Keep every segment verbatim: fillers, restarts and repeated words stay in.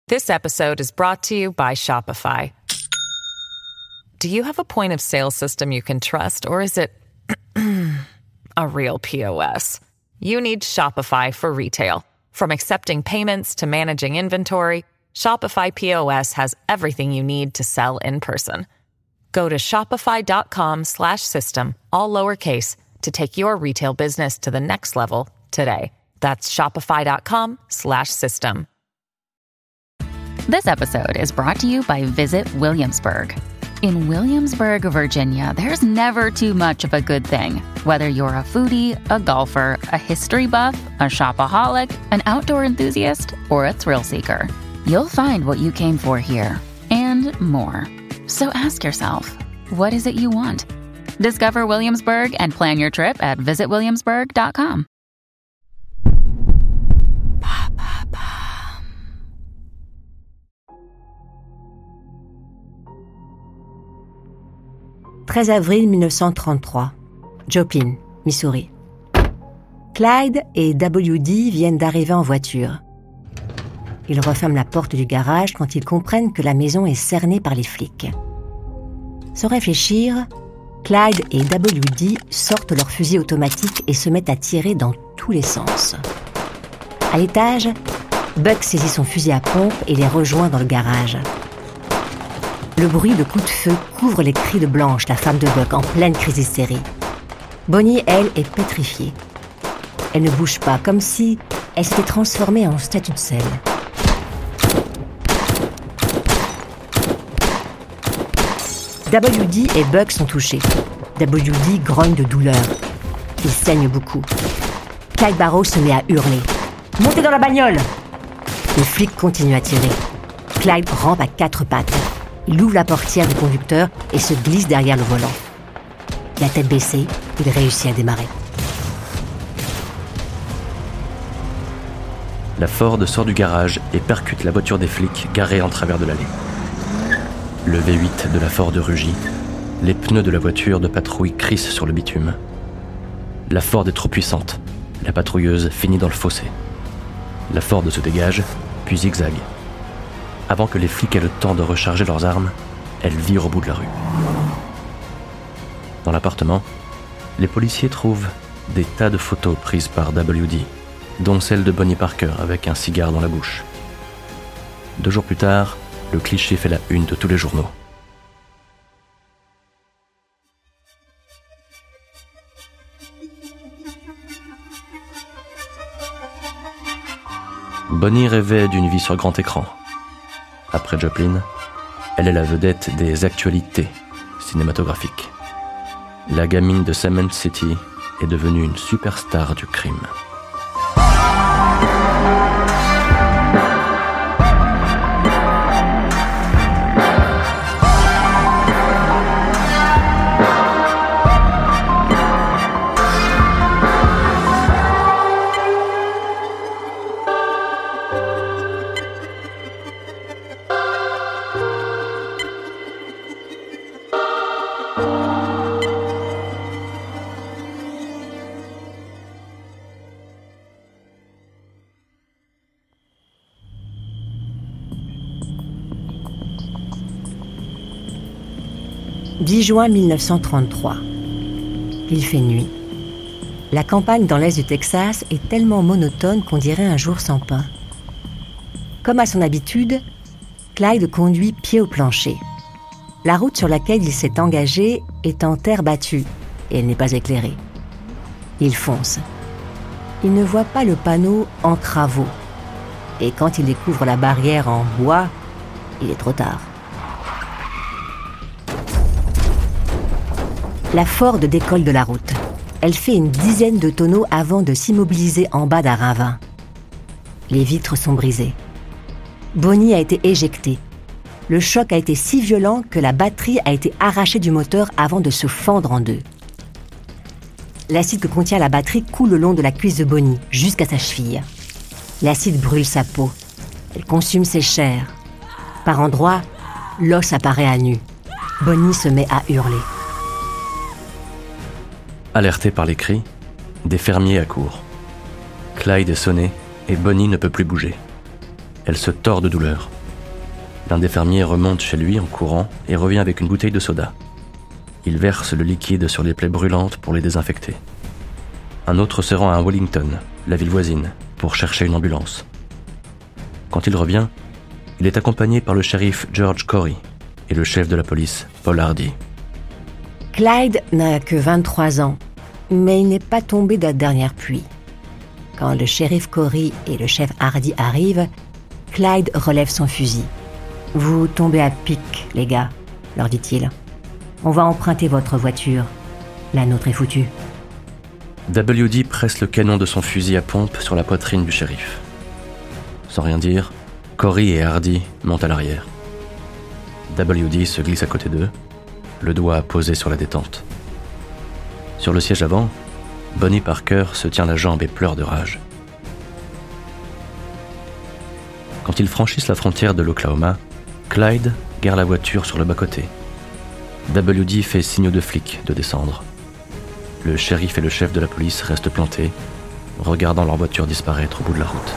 This episode is brought to you by Shopify. Do you have a point of sale system you can trust, or is it a real P O S? You need Shopify for retail. From accepting payments to managing inventory, Shopify P O S has everything you need to sell in person. Go to shopify.com slash system, all lowercase, to take your retail business to the next level today. That's shopify.com slash system. This episode is brought to you by Visit Williamsburg. In Williamsburg, Virginia, there's never too much of a good thing. Whether you're a foodie, a golfer, a history buff, a shopaholic, an outdoor enthusiast, or a thrill seeker, you'll find what you came for here and more. So ask yourself, what is it you want? Discover Williamsburg and plan your trip at visit williamsburg dot com. treize avril mille neuf cent trente-trois, Joplin, Missouri. Clyde et W D viennent d'arriver en voiture. Ils referment la porte du garage quand ils comprennent que la maison est cernée par les flics. Sans réfléchir, Clyde et W D sortent leurs fusils automatiques et se mettent à tirer dans tous les sens. À l'étage, Buck saisit son fusil à pompe et les rejoint dans le garage. Le bruit de coups de feu couvre les cris de Blanche, la femme de Buck, en pleine crise d'hystérie. Bonnie, elle, est pétrifiée. Elle ne bouge pas, comme si elle s'était transformée en statue de sel. W D et Buck sont touchés. W D grogne de douleur. Il saigne beaucoup. Clyde Barrow se met à hurler. « Montez dans la bagnole !» Le flic continue à tirer. Clyde rampe à quatre pattes. Il ouvre la portière du conducteur et se glisse derrière le volant. La tête baissée, il réussit à démarrer. La Ford sort du garage et percute la voiture des flics garée en travers de l'allée. Le V huit de la Ford rugit. Les pneus de la voiture de patrouille crissent sur le bitume. La Ford est trop puissante. La patrouilleuse finit dans le fossé. La Ford se dégage, puis zigzague. Avant que les flics aient le temps de recharger leurs armes, elle vire au bout de la rue. Dans l'appartement, les policiers trouvent des tas de photos prises par W D, dont celle de Bonnie Parker avec un cigare dans la bouche. Deux jours plus tard, le cliché fait la une de tous les journaux. Bonnie rêvait d'une vie sur grand écran. Après Joplin, elle est la vedette des actualités cinématographiques. La gamine de Cement City est devenue une superstar du crime. dix juin mille neuf cent trente-trois. Il fait nuit. La campagne dans l'est du Texas est tellement monotone qu'on dirait un jour sans pain. Comme à son habitude, Clyde conduit pied au plancher. La route sur laquelle il s'est engagé est en terre battue et elle n'est pas éclairée. Il fonce. Il ne voit pas le panneau « En travaux ». Et quand il découvre la barrière en bois, il est trop tard. La Ford décolle de la route. Elle fait une dizaine de tonneaux avant de s'immobiliser en bas d'un ravin. Les vitres sont brisées. Bonnie a été éjectée. Le choc a été si violent que la batterie a été arrachée du moteur avant de se fendre en deux. L'acide que contient la batterie coule le long de la cuisse de Bonnie, jusqu'à sa cheville. L'acide brûle sa peau. Elle consume ses chairs. Par endroits, l'os apparaît à nu. Bonnie se met à hurler. Alerté par les cris, des fermiers accourent. Clyde est sonné et Bonnie ne peut plus bouger. Elle se tord de douleur. L'un des fermiers remonte chez lui en courant et revient avec une bouteille de soda. Il verse le liquide sur les plaies brûlantes pour les désinfecter. Un autre se rend à Wellington, la ville voisine, pour chercher une ambulance. Quand il revient, il est accompagné par le shérif George Corey et le chef de la police, Paul Hardy. Clyde n'a que vingt-trois ans, mais il n'est pas tombé de la dernière pluie. Quand le shérif Corey et le chef Hardy arrivent, Clyde relève son fusil. « Vous tombez à pic, les gars », leur dit-il. « On va emprunter votre voiture. La nôtre est foutue. » W D presse le canon de son fusil à pompe sur la poitrine du shérif. Sans rien dire, Corey et Hardy montent à l'arrière. W D se glisse à côté d'eux, le doigt posé sur la détente. Sur le siège avant, Bonnie Parker se tient la jambe et pleure de rage. Quand ils franchissent la frontière de l'Oklahoma, Clyde gare la voiture sur le bas-côté. W D fait signe de flic de descendre. Le shérif et le chef de la police restent plantés, regardant leur voiture disparaître au bout de la route.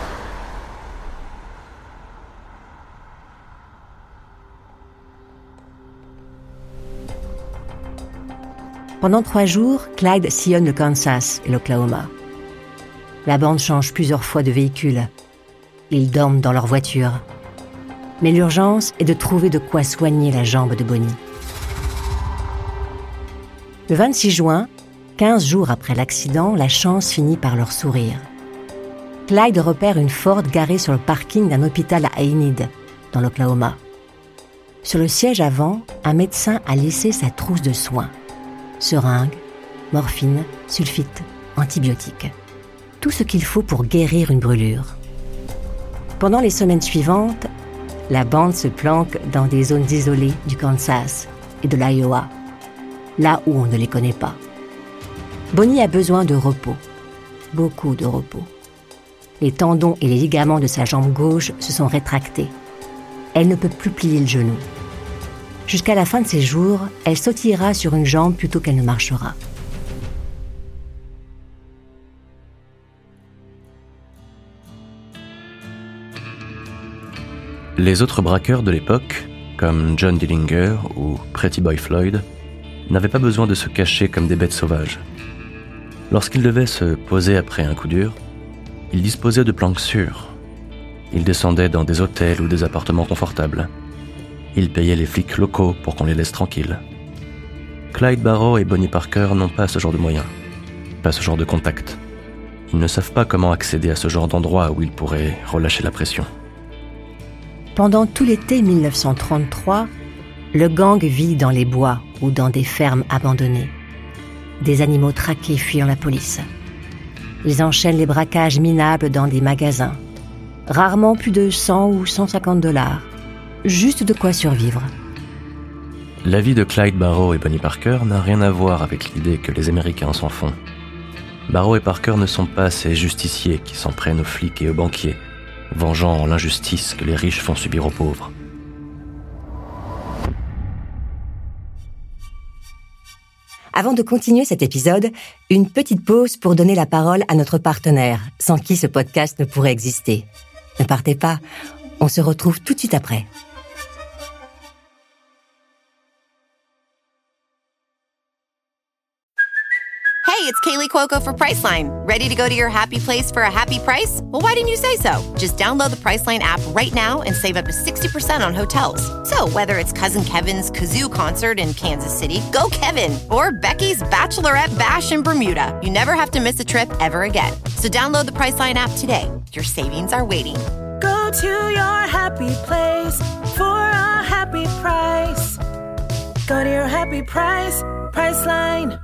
Pendant trois jours, Clyde sillonne le Kansas et l'Oklahoma. La bande change plusieurs fois de véhicule. Ils dorment dans leur voiture. Mais l'urgence est de trouver de quoi soigner la jambe de Bonnie. Le vingt-six juin, quinze jours après l'accident, la chance finit par leur sourire. Clyde repère une Ford garée sur le parking d'un hôpital à Enid, dans l'Oklahoma. Sur le siège avant, un médecin a laissé sa trousse de soins. Seringues, morphine, sulfite, antibiotiques. Tout ce qu'il faut pour guérir une brûlure. Pendant les semaines suivantes, la bande se planque dans des zones isolées du Kansas et de l'Iowa, là où on ne les connaît pas. Bonnie a besoin de repos, beaucoup de repos. Les tendons et les ligaments de sa jambe gauche se sont rétractés. Elle ne peut plus plier le genou. Jusqu'à la fin de ses jours, elle sautillera sur une jambe plutôt qu'elle ne marchera. Les autres braqueurs de l'époque, comme John Dillinger ou Pretty Boy Floyd, n'avaient pas besoin de se cacher comme des bêtes sauvages. Lorsqu'ils devaient se poser après un coup dur, ils disposaient de planques sûres. Ils descendaient dans des hôtels ou des appartements confortables. Ils payaient les flics locaux pour qu'on les laisse tranquilles. Clyde Barrow et Bonnie Parker n'ont pas ce genre de moyens, pas ce genre de contact. Ils ne savent pas comment accéder à ce genre d'endroit où ils pourraient relâcher la pression. Pendant tout l'été mille neuf cent trente-trois, le gang vit dans les bois ou dans des fermes abandonnées. Des animaux traqués fuyant la police. Ils enchaînent les braquages minables dans des magasins. Rarement plus de cent ou cent cinquante dollars. Juste de quoi survivre. La vie de Clyde Barrow et Bonnie Parker n'a rien à voir avec l'idée que les Américains s'en font. Barrow et Parker ne sont pas ces justiciers qui s'en prennent aux flics et aux banquiers, vengeant l'injustice que les riches font subir aux pauvres. Avant de continuer cet épisode, une petite pause pour donner la parole à notre partenaire, sans qui ce podcast ne pourrait exister. Ne partez pas, on se retrouve tout de suite après. Hey, it's Kaylee Cuoco for Priceline. Ready to go to your happy place for a happy price? Well, why didn't you say so? Just download the Priceline app right now and save up to sixty percent on hotels. So whether it's Cousin Kevin's Kazoo Concert in Kansas City, go Kevin, or Becky's Bachelorette Bash in Bermuda, you never have to miss a trip ever again. So download the Priceline app today. Your savings are waiting. Go to your happy place for a happy price. Go to your happy price, Priceline.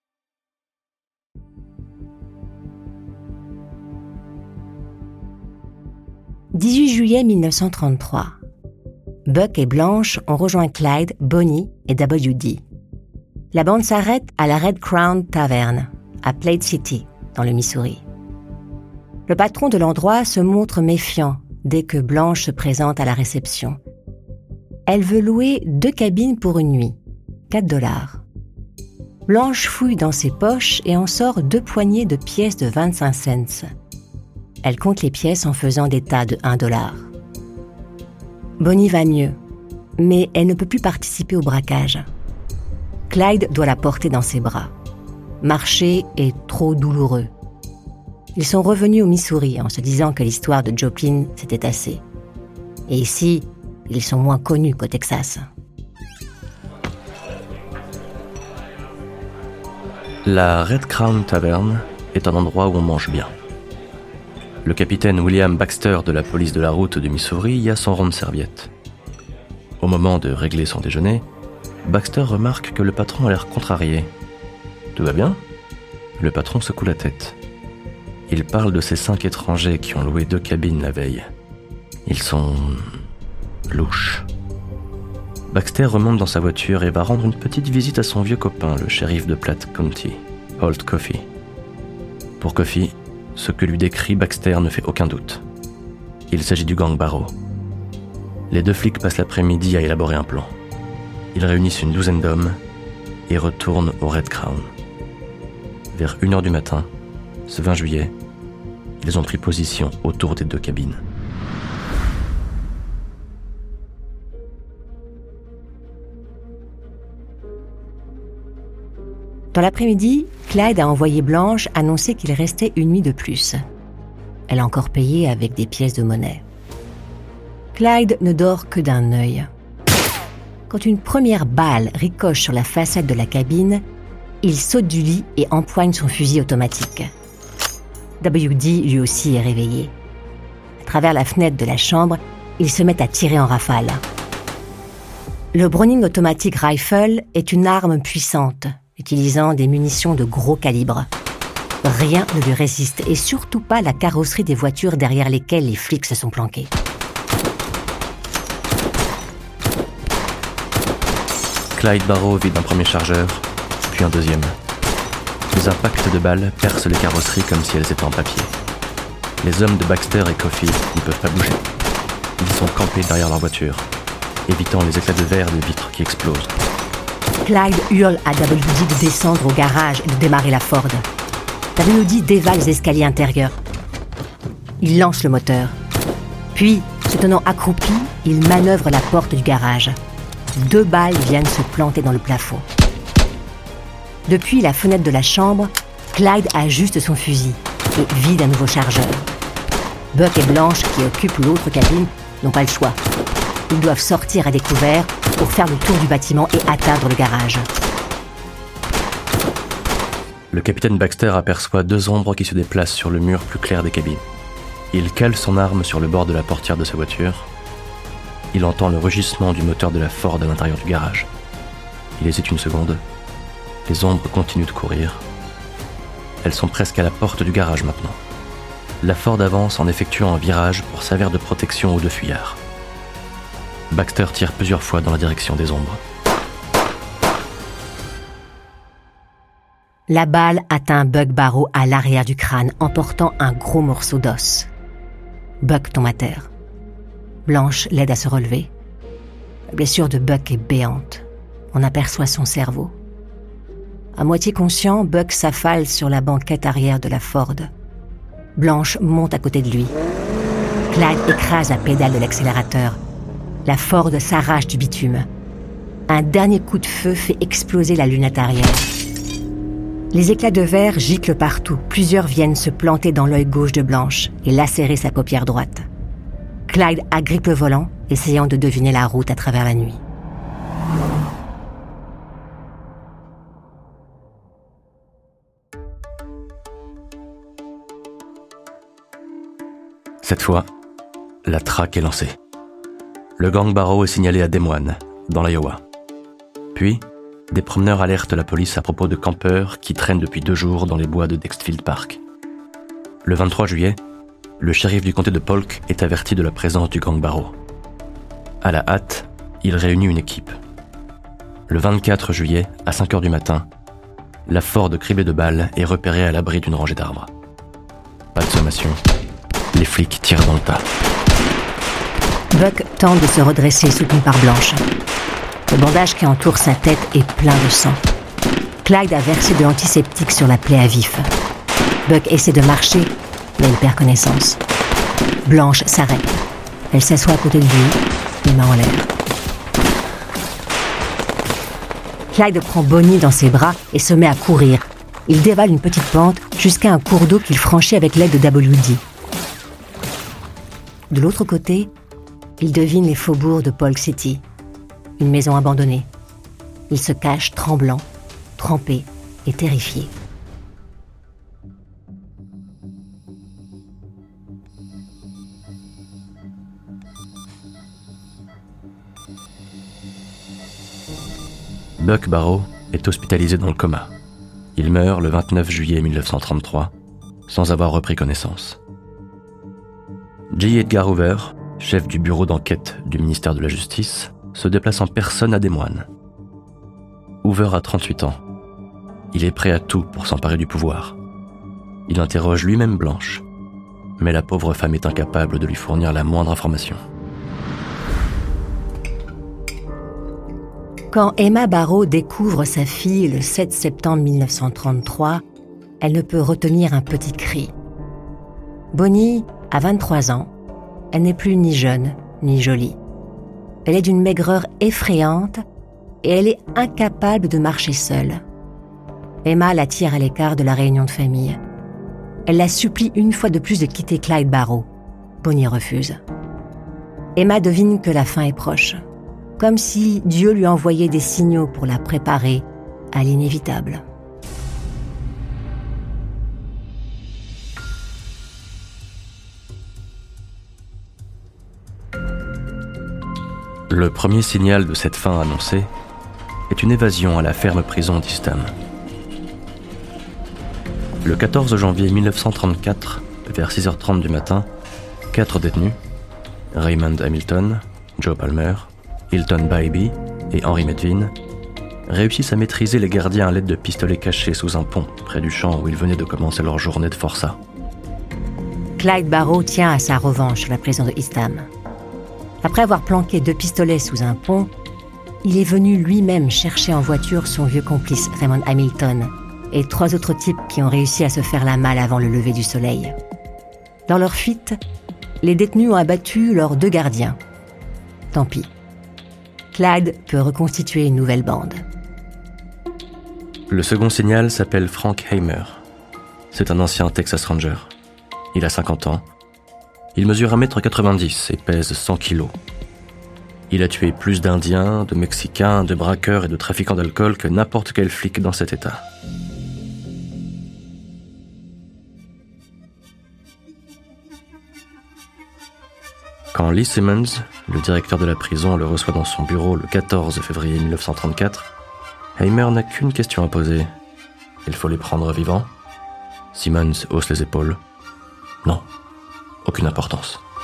dix-huit juillet mille neuf cent trente-trois. Buck et Blanche ont rejoint Clyde, Bonnie et W D. La bande s'arrête à la Red Crown Tavern, à Platte City, dans le Missouri. Le patron de l'endroit se montre méfiant dès que Blanche se présente à la réception. Elle veut louer deux cabines pour une nuit, quatre dollars. Blanche fouille dans ses poches et en sort deux poignées de pièces de vingt-cinq cents. elle compte les pièces en faisant des tas de un dollar. Bonnie va mieux, mais elle ne peut plus participer au braquage. Clyde doit la porter dans ses bras. Marcher est trop douloureux. Ils sont revenus au Missouri en se disant que l'histoire de Joplin, c'était assez. Et ici, ils sont moins connus qu'au Texas. La Red Crown Tavern est un endroit où on mange bien. Le capitaine William Baxter de la police de la route du Missouri y a son rond de serviette. Au moment de régler son déjeuner, Baxter remarque que le patron a l'air contrarié. « Tout va bien ?» Le patron secoue la tête. Il parle de ces cinq étrangers qui ont loué deux cabines la veille. Ils sont... louches. Baxter remonte dans sa voiture et va rendre une petite visite à son vieux copain, le shérif de Platte County, Holt Coffey. Pour Coffey, ce que lui décrit Baxter ne fait aucun doute. Il s'agit du gang Barrow. Les deux flics passent l'après-midi à élaborer un plan. Ils réunissent une douzaine d'hommes et retournent au Red Crown. Vers une heure du matin, ce vingt juillet, ils ont pris position autour des deux cabines. Dans l'après-midi, Clyde a envoyé Blanche annoncer qu'il restait une nuit de plus. Elle a encore payé avec des pièces de monnaie. Clyde ne dort que d'un œil. Quand une première balle ricoche sur la façade de la cabine, il saute du lit et empoigne son fusil automatique. W D lui aussi est réveillé. À travers la fenêtre de la chambre, il se met à tirer en rafale. Le Browning Automatic Rifle est une arme puissante, utilisant des munitions de gros calibre. Rien ne lui résiste, et surtout pas la carrosserie des voitures derrière lesquelles les flics se sont planqués. Clyde Barrow vide un premier chargeur, puis un deuxième. Les impacts de balles percent les carrosseries comme si elles étaient en papier. Les hommes de Baxter et Coffey ne peuvent pas bouger. Ils sont campés derrière leur voiture, évitant les éclats de verre des vitres qui explosent. Clyde hurle à W D de descendre au garage et de démarrer la Ford. W D dévale les escaliers intérieurs. Il lance le moteur. Puis, se tenant accroupi, il manœuvre la porte du garage. Deux balles viennent se planter dans le plafond. Depuis la fenêtre de la chambre, Clyde ajuste son fusil et vide un nouveau chargeur. Buck et Blanche, qui occupent l'autre cabine, n'ont pas le choix. Ils doivent sortir à découvert pour faire le tour du bâtiment et atteindre le garage. Le capitaine Baxter aperçoit deux ombres qui se déplacent sur le mur plus clair des cabines. Il cale son arme sur le bord de la portière de sa voiture. Il entend le rugissement du moteur de la Ford à l'intérieur du garage. Il hésite une seconde. Les ombres continuent de courir. Elles sont presque à la porte du garage maintenant. La Ford avance en effectuant un virage pour servir de protection aux deux fuyards. Baxter tire plusieurs fois dans la direction des ombres. La balle atteint Buck Barrow à l'arrière du crâne, emportant un gros morceau d'os. Buck tombe à terre. Blanche l'aide à se relever. La blessure de Buck est béante. On aperçoit son cerveau. À moitié conscient, Buck s'affale sur la banquette arrière de la Ford. Blanche monte à côté de lui. Clyde écrase la pédale de l'accélérateur. La Ford s'arrache du bitume. Un dernier coup de feu fait exploser la lunette arrière. Les éclats de verre giclent partout. Plusieurs viennent se planter dans l'œil gauche de Blanche et lacérer sa paupière droite. Clyde agrippe le volant, essayant de deviner la route à travers la nuit. Cette fois, la traque est lancée. Le gang Barrow est signalé à Des Moines, dans l'Iowa. Puis, des promeneurs alertent la police à propos de campeurs qui traînent depuis deux jours dans les bois de Dexfield Park. Le vingt-trois juillet, le shérif du comté de Polk est averti de la présence du gang Barrow. À la hâte, il réunit une équipe. Le vingt-quatre juillet, à cinq heures du matin, la Ford criblée de balles est repérée à l'abri d'une rangée d'arbres. Pas de sommation. Les flics tirent dans le tas. Buck tente de se redresser, soutenu par Blanche. Le bandage qui entoure sa tête est plein de sang. Clyde a versé de l'antiseptique sur la plaie à vif. Buck essaie de marcher, mais elle perd connaissance. Blanche s'arrête. Elle s'assoit à côté de lui, les mains en l'air. Clyde prend Bonnie dans ses bras et se met à courir. Il dévale une petite pente jusqu'à un cours d'eau qu'il franchit avec l'aide de W D. De l'autre côté, il devine les faubourgs de Polk City, une maison abandonnée. Il se cache tremblant, trempé et terrifié. Buck Barrow est hospitalisé dans le coma. Il meurt le vingt-neuf juillet mille neuf cent trente-trois, sans avoir repris connaissance. J. Edgar Hoover, chef du bureau d'enquête du ministère de la Justice, se déplace en personne à Des Moines. Hoover a trente-huit ans. Il est prêt à tout pour s'emparer du pouvoir. Il interroge lui-même Blanche, mais la pauvre femme est incapable de lui fournir la moindre information. Quand Emma Barrow découvre sa fille le sept septembre mille neuf cent trente-trois, elle ne peut retenir un petit cri. Bonnie a vingt-trois ans. Elle n'est plus ni jeune, ni jolie. Elle est d'une maigreur effrayante et elle est incapable de marcher seule. Emma la tire à l'écart de la réunion de famille. Elle la supplie une fois de plus de quitter Clyde Barrow. Bonnie refuse. Emma devine que la fin est proche. Comme si Dieu lui envoyait des signaux pour la préparer à l'inévitable. Le premier signal de cette fin annoncée est une évasion à la ferme prison d'Eastham. Le quatorze janvier mille neuf cent trente-quatre, vers six heures trente du matin, quatre détenus, Raymond Hamilton, Joe Palmer, Hilton Bybee et Henry Medvin, réussissent à maîtriser les gardiens à l'aide de pistolets cachés sous un pont près du champ où ils venaient de commencer leur journée de forçat. Clyde Barrow tient à sa revanche sur la prison de Eastham. Après avoir planqué deux pistolets sous un pont, il est venu lui-même chercher en voiture son vieux complice Raymond Hamilton et trois autres types qui ont réussi à se faire la malle avant le lever du soleil. Dans leur fuite, les détenus ont abattu leurs deux gardiens. Tant pis. Clyde peut reconstituer une nouvelle bande. Le second signal s'appelle Frank Hamer. C'est un ancien Texas Ranger. Il a cinquante ans. Il mesure un mètre quatre-vingt-dix et pèse cent kilos. Il a tué plus d'Indiens, de Mexicains, de braqueurs et de trafiquants d'alcool que n'importe quel flic dans cet état. Quand Lee Simmons, le directeur de la prison, le reçoit dans son bureau le quatorze février mille neuf cent trente-quatre, Hamer n'a qu'une question à poser. Il faut les prendre vivants ? Simmons hausse les épaules. Non, aucune importance.